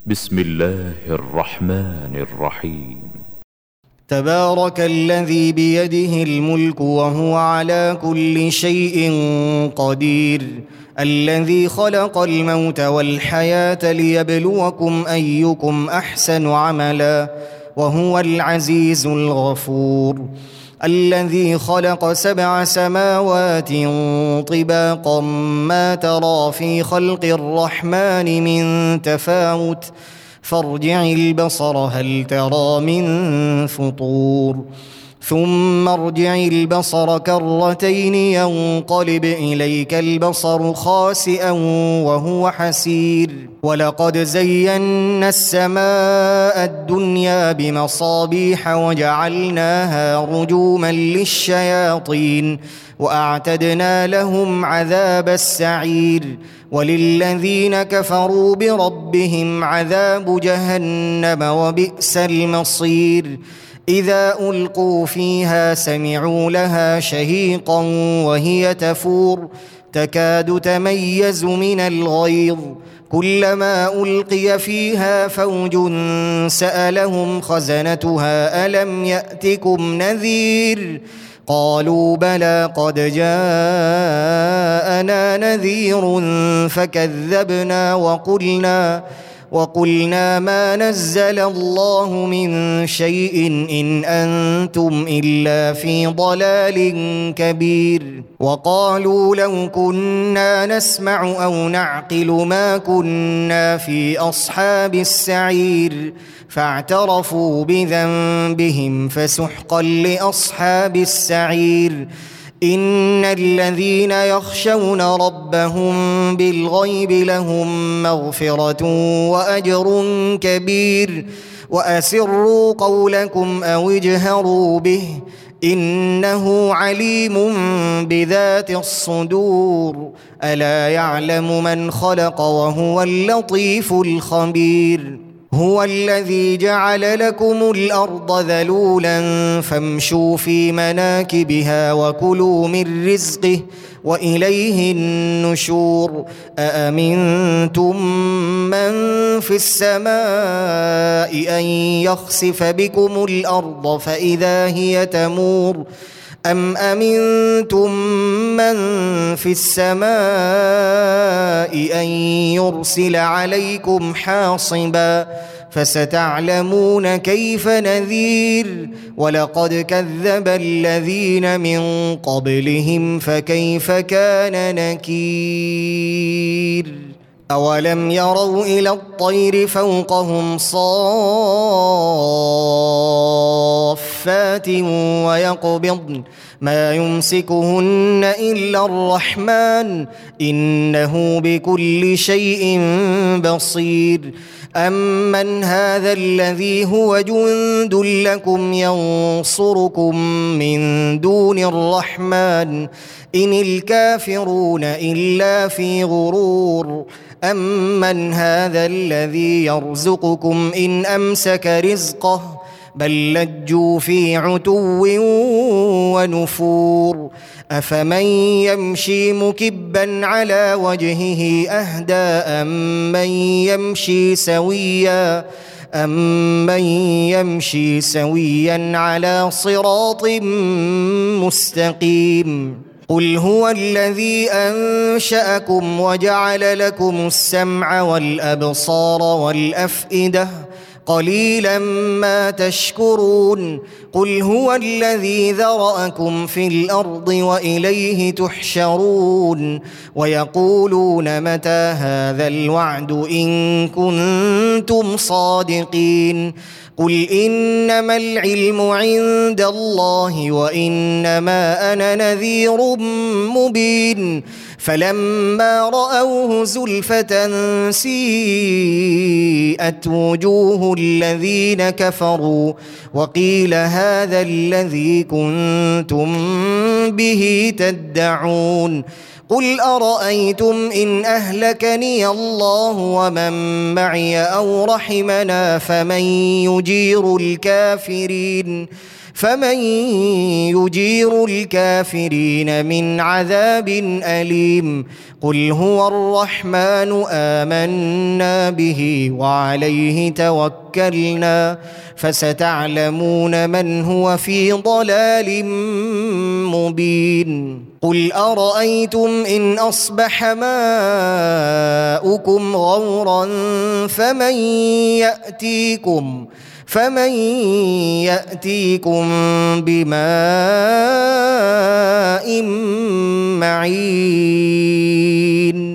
بسم الله الرحمن الرحيم. تبارك الذي بيده الملك وهو على كل شيء قدير، الذي خلق الموت والحياة ليبلوكم أيكم أحسن عملا، وهو العزيز الغفور. الذي خلق 7 سماوات طباقا ما ترى في خلق الرحمن من تفاوت، فارجع البصر هل ترى من فطور، ثم ارجع البصر كرتين ينقلب إليك البصر خاسئا وهو حسير. ولقد زينا السماء الدنيا بمصابيح وجعلناها رجوما للشياطين وأعتدنا لهم عذاب السعير. وللذين كفروا بربهم عذاب جهنم وبئس المصير. إذا ألقوا فيها سمعوا لها شهيقا وهي تفور تكاد تميز من الغيظ، كلما ألقي فيها فوج سألهم خزنتها ألم يأتكم نذير؟ قالوا بلى قد جاءنا نذير فكذبنا وقلنا ما نزل الله من شيء إن أنتم إلا في ضلال كبير. وقالوا لو كنا نسمع أو نعقل ما كنا في أصحاب السعير، فاعترفوا بذنبهم فسحقا لأصحاب السعير. إن الذين يخشون ربهم بالغيب لهم مغفرة وأجر كبير. وأسروا قولكم أو اجهروا به إنه عليم بذات الصدور. ألا يعلم من خلق وهو اللطيف الخبير. هو الذي جعل لكم الأرض ذلولا فامشوا في مناكبها وكلوا من رزقه وإليه النشور. أأمنتم من في السماء أن يخسف بكم الأرض فإذا هي تمور، أم أمنتم من في السماء أن يرسل عليكم حاصبا، فستعلمون كيف نذير. ولقد كذب الذين من قبلهم فكيف كان نكير. أولم يروا إلى الطير فوقهم صافات ويقبضن ما يمسكهن إلا الرحمن إنه بكل شيء بصير. أمن هذا الذي هو جند لكم ينصركم من دون الرحمن إن الكافرون إلا في غرور. أمن هذا الذي يرزقكم إن أمسك رزقه بل لجوا في عتو ونفور. أفمن يمشي مكبا على وجهه أهدى أمن يمشي سويا على صراط مستقيم. قل هو الذي أنشأكم وجعل لكم السمع والأبصار والأفئدة قليلا ما تشكرون. قل هو الذي ذرأكم في الأرض وإليه تحشرون. ويقولون متى هذا الوعد إن كنتم صادقين. قل إنما العلم عند الله وإنما أنا نذير مبين. فلما رأوه زلفة سيئت وجوه الذين كفروا وقيل هذا الذي كنتم به تدعون. قل أرأيتم إن أهلكني الله ومن معي أو رحمنا فمن يجير الكافرين فمن يجير الكافرين من عذاب أليم قل هو الرحمن آمنا به وعليه توكلنا فستعلمون من هو في ضلال مبين قل أرأيتم إن أصبح ماؤكم غورا فمن يأتيكم بماء معين